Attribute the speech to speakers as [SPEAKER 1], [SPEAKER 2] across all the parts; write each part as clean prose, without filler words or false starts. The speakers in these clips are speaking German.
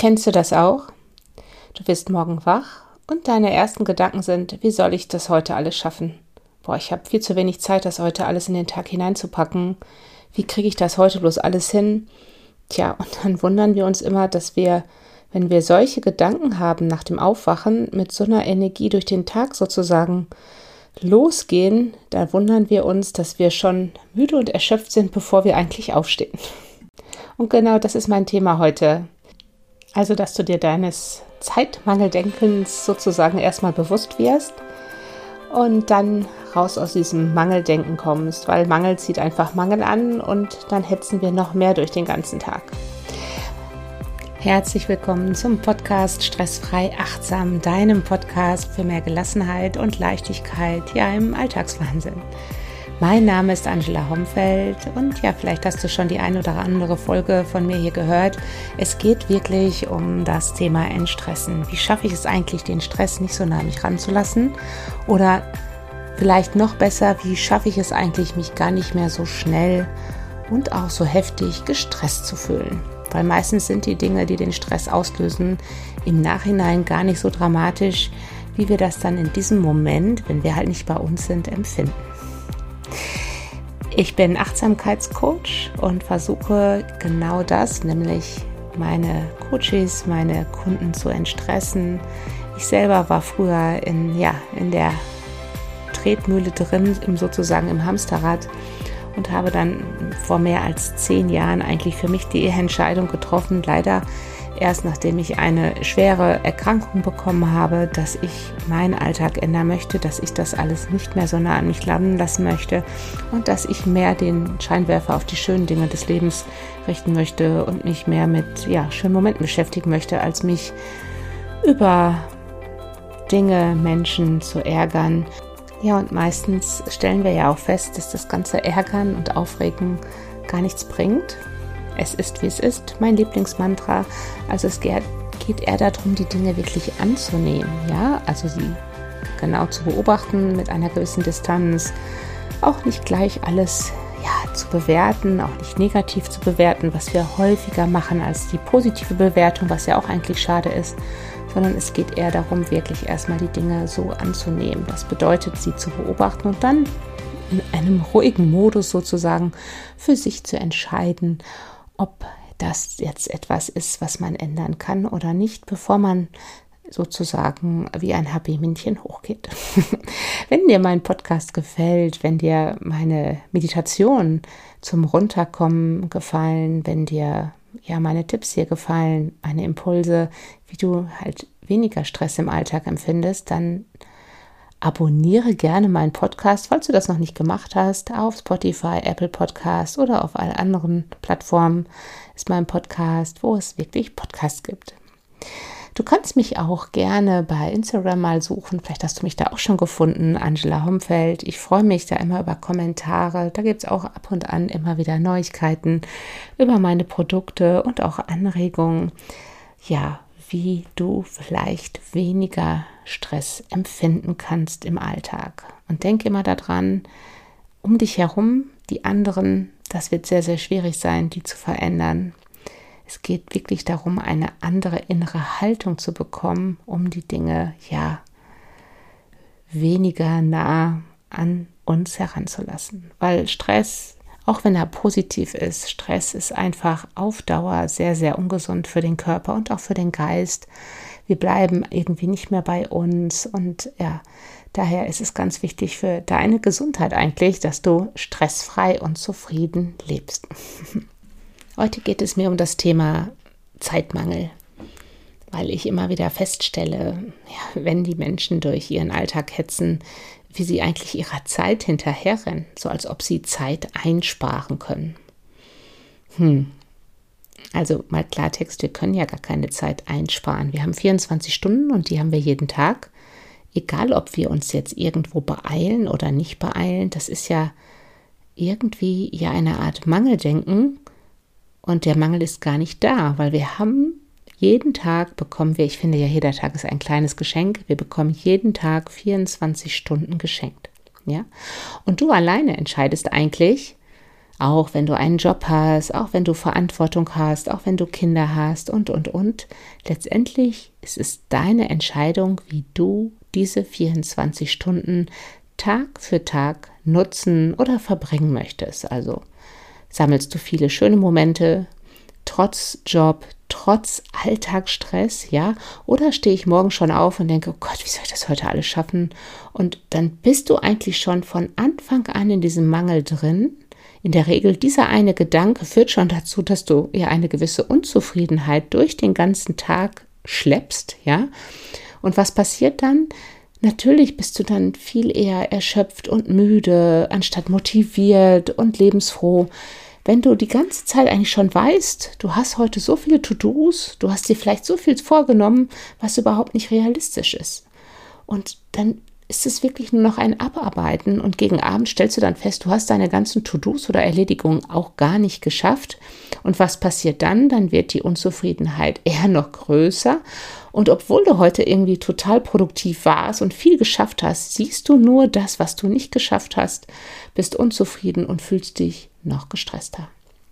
[SPEAKER 1] Kennst du das auch? Du wirst morgen wach und deine ersten Gedanken sind, wie soll ich das heute alles schaffen? Boah, ich habe viel zu wenig Zeit, das heute alles in den Tag hineinzupacken. Wie kriege ich das heute bloß alles hin? Tja, und dann wundern wir uns immer, dass wir, wenn wir solche Gedanken haben nach dem Aufwachen, mit so einer Energie durch den Tag sozusagen losgehen, da wundern wir uns, dass wir schon müde und erschöpft sind, bevor wir eigentlich aufstehen. Und genau das ist mein Thema heute. Also, dass du dir deines Zeitmangeldenkens sozusagen erstmal bewusst wirst und dann raus aus diesem Mangeldenken kommst, weil Mangel zieht einfach Mangel an und dann hetzen wir noch mehr durch den ganzen Tag. Herzlich willkommen zum Podcast Stressfrei Achtsam, deinem Podcast für mehr Gelassenheit und Leichtigkeit im Alltagswahnsinn. Mein Name ist Angela Homfeld und vielleicht hast du schon die ein oder andere Folge von mir hier gehört. Es geht wirklich um das Thema Entstressen. Wie schaffe ich es eigentlich, den Stress nicht so nah an mich ranzulassen? Oder vielleicht noch besser, wie schaffe ich es eigentlich, mich gar nicht mehr so schnell und auch so heftig gestresst zu fühlen? Weil meistens sind die Dinge, die den Stress auslösen, im Nachhinein gar nicht so dramatisch, wie wir das dann in diesem Moment, wenn wir halt nicht bei uns sind, empfinden. Ich bin Achtsamkeitscoach und versuche genau das, nämlich meine Coaches, meine Kunden zu entstressen. Ich selber war früher in der Tretmühle drin, sozusagen im Hamsterrad und habe dann vor mehr als 10 Jahren eigentlich für mich die Entscheidung getroffen, leider erst nachdem ich eine schwere Erkrankung bekommen habe, dass ich meinen Alltag ändern möchte, dass ich das alles nicht mehr so nah an mich landen lassen möchte und dass ich mehr den Scheinwerfer auf die schönen Dinge des Lebens richten möchte und mich mehr mit schönen Momenten beschäftigen möchte, als mich über Dinge, Menschen zu ärgern. Ja, und meistens stellen wir ja auch fest, dass das ganze Ärgern und Aufregen gar nichts bringt. Es ist, wie es ist, mein Lieblingsmantra. Also es geht eher darum, die Dinge wirklich anzunehmen, also sie genau zu beobachten mit einer gewissen Distanz, auch nicht gleich alles zu bewerten, auch nicht negativ zu bewerten, was wir häufiger machen als die positive Bewertung, was ja auch eigentlich schade ist, sondern es geht eher darum, wirklich erstmal die Dinge so anzunehmen. Das bedeutet, sie zu beobachten und dann in einem ruhigen Modus sozusagen für sich zu entscheiden, ob das jetzt etwas ist, was man ändern kann oder nicht, bevor man sozusagen wie ein HP-Männchen hochgeht. Wenn dir mein Podcast gefällt, wenn dir meine Meditation zum Runterkommen gefallen, wenn dir meine Tipps hier gefallen, meine Impulse, wie du halt weniger Stress im Alltag empfindest, dann abonniere gerne meinen Podcast, falls du das noch nicht gemacht hast, auf Spotify, Apple Podcast oder auf allen anderen Plattformen ist mein Podcast, wo es wirklich Podcasts gibt. Du kannst mich auch gerne bei Instagram mal suchen, vielleicht hast du mich da auch schon gefunden, Angela Homfeld. Ich freue mich da immer über Kommentare, da gibt es auch ab und an immer wieder Neuigkeiten über meine Produkte und auch Anregungen, wie du vielleicht weniger Stress empfinden kannst im Alltag. Und denk immer daran, um dich herum, die anderen, das wird sehr, sehr schwierig sein, die zu verändern. Es geht wirklich darum, eine andere innere Haltung zu bekommen, um die Dinge weniger nah an uns heranzulassen. Weil Stress, auch wenn er positiv ist, Stress ist einfach auf Dauer sehr, sehr ungesund für den Körper und auch für den Geist. Wir bleiben irgendwie nicht mehr bei uns und daher ist es ganz wichtig für deine Gesundheit eigentlich, dass du stressfrei und zufrieden lebst. Heute geht es mir um das Thema Zeitmangel, weil ich immer wieder feststelle, wenn die Menschen durch ihren Alltag hetzen, wie sie eigentlich ihrer Zeit hinterherrennen, so als ob sie Zeit einsparen können. Also mal Klartext, wir können ja gar keine Zeit einsparen. Wir haben 24 Stunden und die haben wir jeden Tag. Egal, ob wir uns jetzt irgendwo beeilen oder nicht beeilen, das ist ja irgendwie eine Art Mangeldenken und der Mangel ist gar nicht da, weil wir haben jeden Tag bekommen wir, ich finde ja, jeder Tag ist ein kleines Geschenk. Wir bekommen jeden Tag 24 Stunden geschenkt. Ja? Und du alleine entscheidest eigentlich, Auch wenn du einen Job hast, auch wenn du Verantwortung hast, auch wenn du Kinder hast und. Letztendlich ist es deine Entscheidung, wie du diese 24 Stunden Tag für Tag nutzen oder verbringen möchtest. Also sammelst du viele schöne Momente, trotz Job, trotz Alltagsstress, ja? Oder stehe ich morgen schon auf und denke, oh Gott, wie soll ich das heute alles schaffen? Und dann bist du eigentlich schon von Anfang an in diesem Mangel drin. In der Regel, dieser eine Gedanke führt schon dazu, dass du ja eine gewisse Unzufriedenheit durch den ganzen Tag schleppst, ja? Und was passiert dann? Natürlich bist du dann viel eher erschöpft und müde, anstatt motiviert und lebensfroh. Wenn du die ganze Zeit eigentlich schon weißt, du hast heute so viele To-Dos, du hast dir vielleicht so viel vorgenommen, was überhaupt nicht realistisch ist. Und dann ist es wirklich nur noch ein Abarbeiten und gegen Abend stellst du dann fest, du hast deine ganzen To-Dos oder Erledigungen auch gar nicht geschafft. Und was passiert dann? Dann wird die Unzufriedenheit eher noch größer. Und obwohl du heute irgendwie total produktiv warst und viel geschafft hast, siehst du nur das, was du nicht geschafft hast, bist unzufrieden und fühlst dich noch gestresster.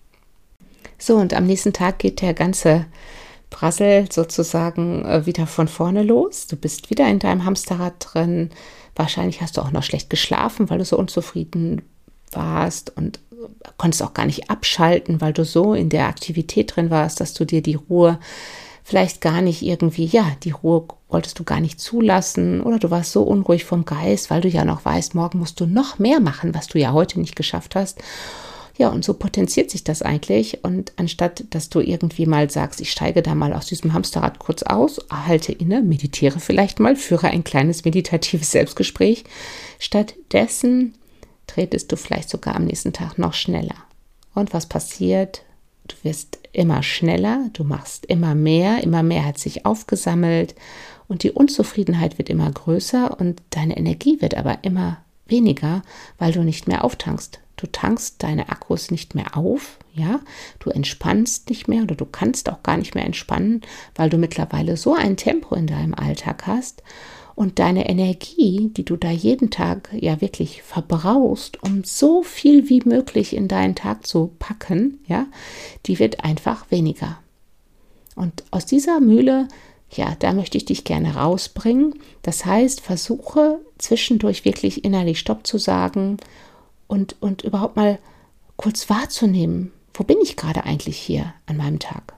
[SPEAKER 1] So, und am nächsten Tag geht der ganze Brassel sozusagen wieder von vorne los. Du bist wieder in deinem Hamsterrad drin. Wahrscheinlich hast du auch noch schlecht geschlafen, weil du so unzufrieden warst und konntest auch gar nicht abschalten, weil du so in der Aktivität drin warst, dass du dir die Ruhe vielleicht gar nicht irgendwie, die Ruhe wolltest du gar nicht zulassen oder du warst so unruhig vom Geist, weil du ja noch weißt, morgen musst du noch mehr machen, was du ja heute nicht geschafft hast. Ja, und so potenziert sich das eigentlich. Und anstatt, dass du irgendwie mal sagst, ich steige da mal aus diesem Hamsterrad kurz aus, halte inne, meditiere vielleicht mal, führe ein kleines meditatives Selbstgespräch, stattdessen tretest du vielleicht sogar am nächsten Tag noch schneller. Und was passiert? Du wirst immer schneller, du machst immer mehr hat sich aufgesammelt und die Unzufriedenheit wird immer größer und deine Energie wird aber immer weniger, weil du nicht mehr auftankst. Du tankst deine Akkus nicht mehr auf, ja, du entspannst nicht mehr oder du kannst auch gar nicht mehr entspannen, weil du mittlerweile so ein Tempo in deinem Alltag hast und deine Energie, die du da jeden Tag ja wirklich verbrauchst, um so viel wie möglich in deinen Tag zu packen, ja, die wird einfach weniger. Und aus dieser Mühle, ja, da möchte ich dich gerne rausbringen. Das heißt, versuche zwischendurch wirklich innerlich Stopp zu sagen und überhaupt mal kurz wahrzunehmen, wo bin ich gerade eigentlich hier an meinem Tag?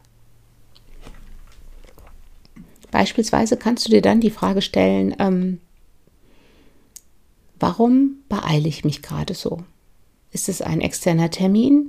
[SPEAKER 1] Beispielsweise kannst du dir dann die Frage stellen, warum beeile ich mich gerade so? Ist es ein externer Termin?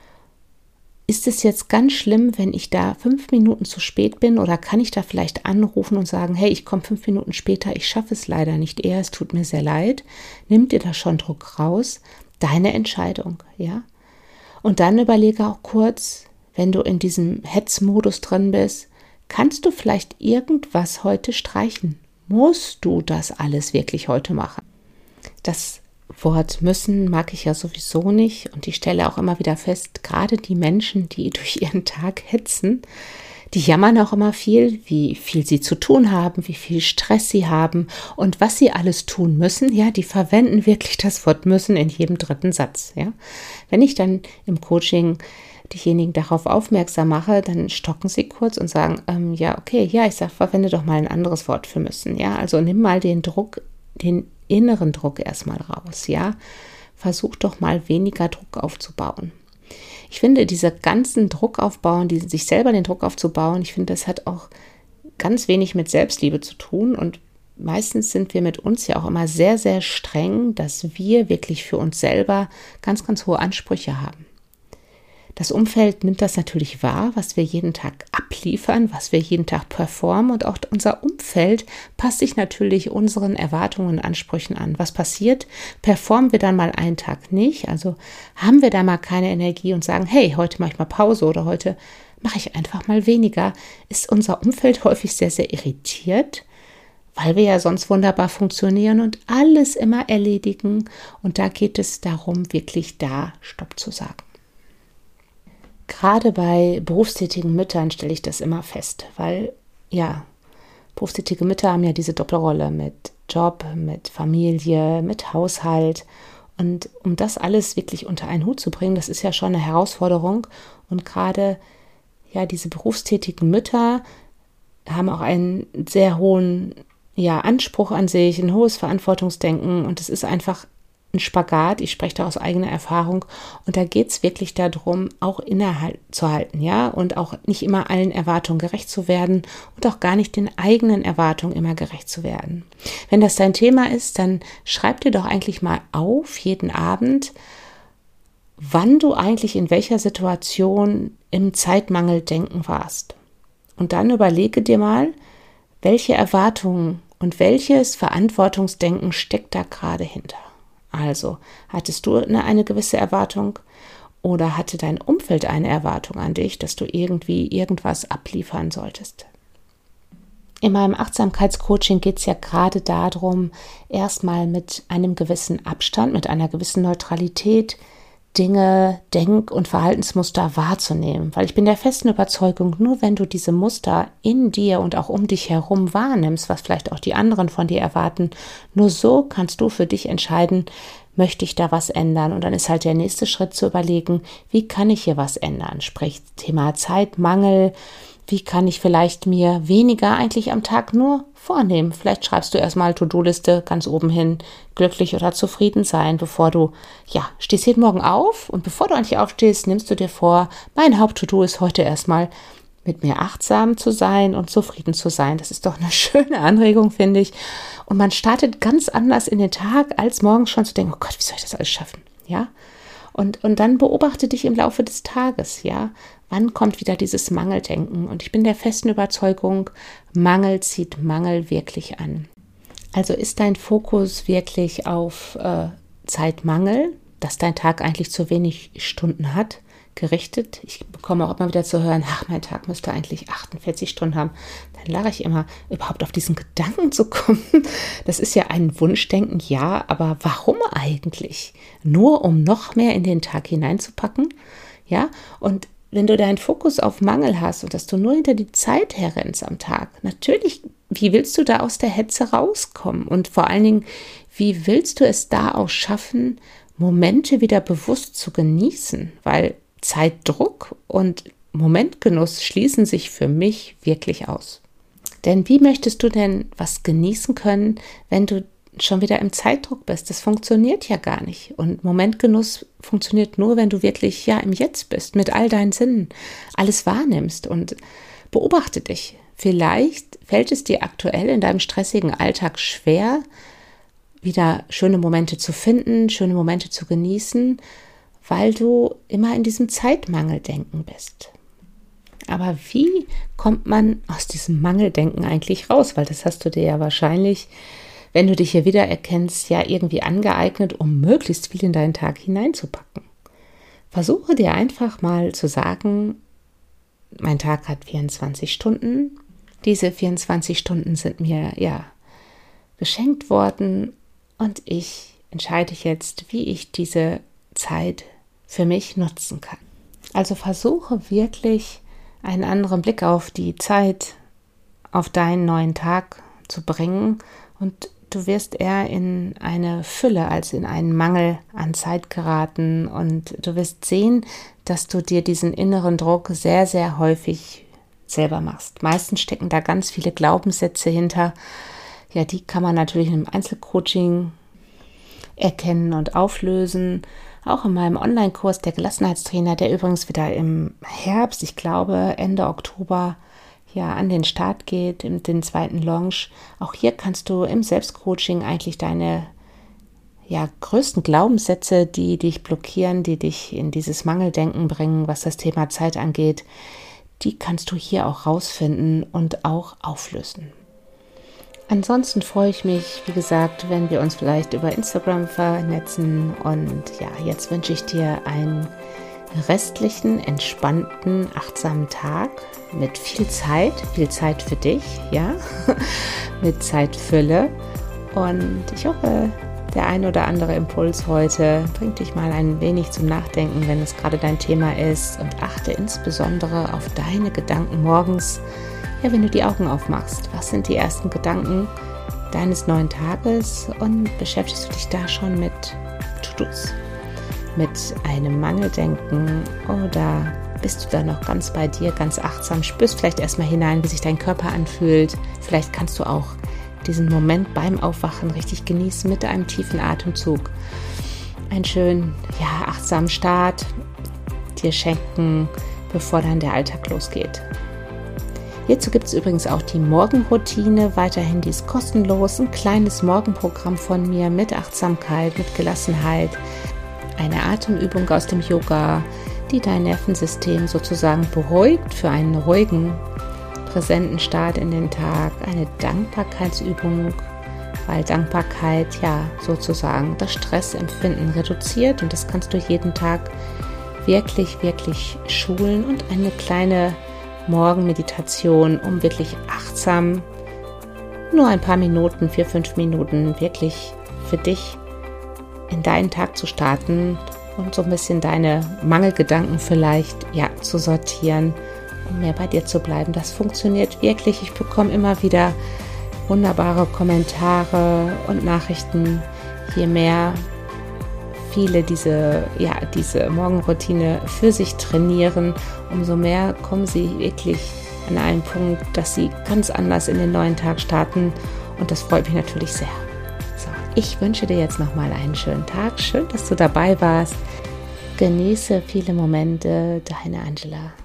[SPEAKER 1] Ist es jetzt ganz schlimm, wenn ich da 5 Minuten zu spät bin oder kann ich da vielleicht anrufen und sagen, hey, ich komme 5 Minuten später, ich schaffe es leider nicht eher, es tut mir sehr leid. Nimm dir da schon Druck raus, deine Entscheidung, ja? Und dann überlege auch kurz, wenn du in diesem Hetzmodus drin bist, kannst du vielleicht irgendwas heute streichen? Musst du das alles wirklich heute machen? Das Wort müssen mag ich ja sowieso nicht und ich stelle auch immer wieder fest, gerade die Menschen, die durch ihren Tag hetzen, die jammern auch immer viel, wie viel sie zu tun haben, wie viel Stress sie haben und was sie alles tun müssen. Ja, die verwenden wirklich das Wort müssen in jedem 3. Satz. Ja, wenn ich dann im Coaching diejenigen darauf aufmerksam mache, dann stocken sie kurz und sagen, ich sage, verwende doch mal ein anderes Wort für müssen. Ja, also nimm mal den Druck, den inneren Druck erstmal raus. Ja, versuch doch mal weniger Druck aufzubauen. Ich finde, dieser ganzen Druck aufbauen, sich selber den Druck aufzubauen, ich finde, das hat auch ganz wenig mit Selbstliebe zu tun und meistens sind wir mit uns ja auch immer sehr, sehr streng, dass wir wirklich für uns selber ganz, ganz hohe Ansprüche haben. Das Umfeld nimmt das natürlich wahr, was wir jeden Tag abliefern, was wir jeden Tag performen und auch unser Umfeld passt sich natürlich unseren Erwartungen und Ansprüchen an. Was passiert? Performen wir dann mal einen Tag nicht, also haben wir da mal keine Energie und sagen, hey, heute mache ich mal Pause oder heute mache ich einfach mal weniger, ist unser Umfeld häufig sehr, sehr irritiert, weil wir ja sonst wunderbar funktionieren und alles immer erledigen und da geht es darum, wirklich da Stopp zu sagen. Gerade bei berufstätigen Müttern stelle ich das immer fest, weil berufstätige Mütter haben ja diese Doppelrolle mit Job, mit Familie, mit Haushalt Und um das alles wirklich unter einen Hut zu bringen, das ist ja schon eine Herausforderung. Und gerade diese berufstätigen Mütter haben auch einen sehr hohen Anspruch an sich, ein hohes Verantwortungsdenken. Und es ist einfach ein Spagat. Ich spreche da aus eigener Erfahrung. Und da geht es wirklich darum, auch innezuhalten, und auch nicht immer allen Erwartungen gerecht zu werden und auch gar nicht den eigenen Erwartungen immer gerecht zu werden. Wenn das dein Thema ist, dann schreib dir doch eigentlich mal auf, jeden Abend, wann du eigentlich in welcher Situation im Zeitmangeldenken warst. Und dann überlege dir mal, welche Erwartungen und welches Verantwortungsdenken steckt da gerade hinter. Also, hattest du eine gewisse Erwartung oder hatte dein Umfeld eine Erwartung an dich, dass du irgendwie irgendwas abliefern solltest? In meinem Achtsamkeitscoaching geht es ja gerade darum, erstmal mit einem gewissen Abstand, mit einer gewissen Neutralität Dinge, Denk- und Verhaltensmuster wahrzunehmen. Weil ich bin der festen Überzeugung, nur wenn du diese Muster in dir und auch um dich herum wahrnimmst, was vielleicht auch die anderen von dir erwarten, nur so kannst du für dich entscheiden, möchte ich da was ändern? Und dann ist halt der nächste Schritt zu überlegen, wie kann ich hier was ändern? Sprich, Thema Zeitmangel. Wie kann ich vielleicht mir weniger eigentlich am Tag nur vornehmen? Vielleicht schreibst du erstmal To-Do-Liste ganz oben hin, glücklich oder zufrieden sein, bevor du, stehst jeden Morgen auf und bevor du eigentlich aufstehst, nimmst du dir vor, mein Haupt-To-Do ist heute erstmal mit mir achtsam zu sein und zufrieden zu sein. Das ist doch eine schöne Anregung, finde ich. Und man startet ganz anders in den Tag, als morgens schon zu denken, oh Gott, wie soll ich das alles schaffen? Und dann beobachte dich im Laufe des Tages, Wann kommt wieder dieses Mangeldenken? Und ich bin der festen Überzeugung, Mangel zieht Mangel wirklich an. Also ist dein Fokus wirklich auf Zeitmangel, dass dein Tag eigentlich zu wenig Stunden hat, gerichtet? Ich bekomme auch immer wieder zu hören, mein Tag müsste eigentlich 48 Stunden haben. Dann lache ich immer, überhaupt auf diesen Gedanken zu kommen. Das ist ja ein Wunschdenken, aber warum eigentlich? Nur um noch mehr in den Tag hineinzupacken? Und wenn du deinen Fokus auf Mangel hast und dass du nur hinter die Zeit herrennst am Tag, natürlich, wie willst du da aus der Hetze rauskommen? Und vor allen Dingen, wie willst du es da auch schaffen, Momente wieder bewusst zu genießen? Weil Zeitdruck und Momentgenuss schließen sich für mich wirklich aus. Denn wie möchtest du denn was genießen können, wenn du schon wieder im Zeitdruck bist? Das funktioniert ja gar nicht. Und Momentgenuss funktioniert nur, wenn du wirklich im Jetzt bist, mit all deinen Sinnen, alles wahrnimmst und beobachte dich. Vielleicht fällt es dir aktuell in deinem stressigen Alltag schwer, wieder schöne Momente zu finden, schöne Momente zu genießen, weil du immer in diesem Zeitmangeldenken bist. Aber wie kommt man aus diesem Mangeldenken eigentlich raus? Weil das hast du dir ja wahrscheinlich, wenn du dich hier wiedererkennst, irgendwie angeeignet, um möglichst viel in deinen Tag hineinzupacken. Versuche dir einfach mal zu sagen, mein Tag hat 24 Stunden. Diese 24 Stunden sind mir geschenkt worden und ich entscheide jetzt, wie ich diese Zeit für mich nutzen kann. Also versuche wirklich einen anderen Blick auf die Zeit, auf deinen neuen Tag zu bringen und du wirst eher in eine Fülle als in einen Mangel an Zeit geraten und du wirst sehen, dass du dir diesen inneren Druck sehr, sehr häufig selber machst. Meistens stecken da ganz viele Glaubenssätze hinter. Die kann man natürlich im Einzelcoaching erkennen und auflösen. Auch in meinem Online-Kurs der Gelassenheitstrainer, der übrigens wieder im Herbst, ich glaube Ende Oktober, an den Start geht, in den zweiten Launch. Auch hier kannst du im Selbstcoaching eigentlich deine größten Glaubenssätze, die dich blockieren, die dich in dieses Mangeldenken bringen, was das Thema Zeit angeht, die kannst du hier auch rausfinden und auch auflösen. Ansonsten freue ich mich, wie gesagt, wenn wir uns vielleicht über Instagram vernetzen und jetzt wünsche ich dir einen restlichen, entspannten, achtsamen Tag mit viel Zeit für dich, mit Zeitfülle und ich hoffe, der ein oder andere Impuls heute bringt dich mal ein wenig zum Nachdenken, wenn es gerade dein Thema ist und achte insbesondere auf deine Gedanken morgens, wenn du die Augen aufmachst. Was sind die ersten Gedanken deines neuen Tages und beschäftigst du dich da schon mit tust du's mit einem Mangeldenken oder bist du da noch ganz bei dir, ganz achtsam, spürst vielleicht erstmal hinein, wie sich dein Körper anfühlt. Vielleicht kannst du auch diesen Moment beim Aufwachen richtig genießen mit einem tiefen Atemzug. Einen schönen, achtsamen Start dir schenken, bevor dann der Alltag losgeht. Hierzu gibt es übrigens auch die Morgenroutine, weiterhin die ist kostenlos, ein kleines Morgenprogramm von mir mit Achtsamkeit, mit Gelassenheit, eine Atemübung aus dem Yoga, die dein Nervensystem sozusagen beruhigt für einen ruhigen, präsenten Start in den Tag, eine Dankbarkeitsübung, weil Dankbarkeit sozusagen das Stressempfinden reduziert und das kannst du jeden Tag wirklich, wirklich schulen und eine kleine Morgenmeditation, um wirklich achtsam nur ein paar Minuten, 4-5 Minuten wirklich für dich in deinen Tag zu starten und so ein bisschen deine Mangelgedanken vielleicht zu sortieren, um mehr bei dir zu bleiben. Das funktioniert wirklich. Ich bekomme immer wieder wunderbare Kommentare und Nachrichten, je mehr viele diese Morgenroutine für sich trainieren, umso mehr kommen sie wirklich an einen Punkt, dass sie ganz anders in den neuen Tag starten und das freut mich natürlich sehr. So, ich wünsche dir jetzt nochmal einen schönen Tag. Schön, dass du dabei warst. Genieße viele Momente. Deine Angela.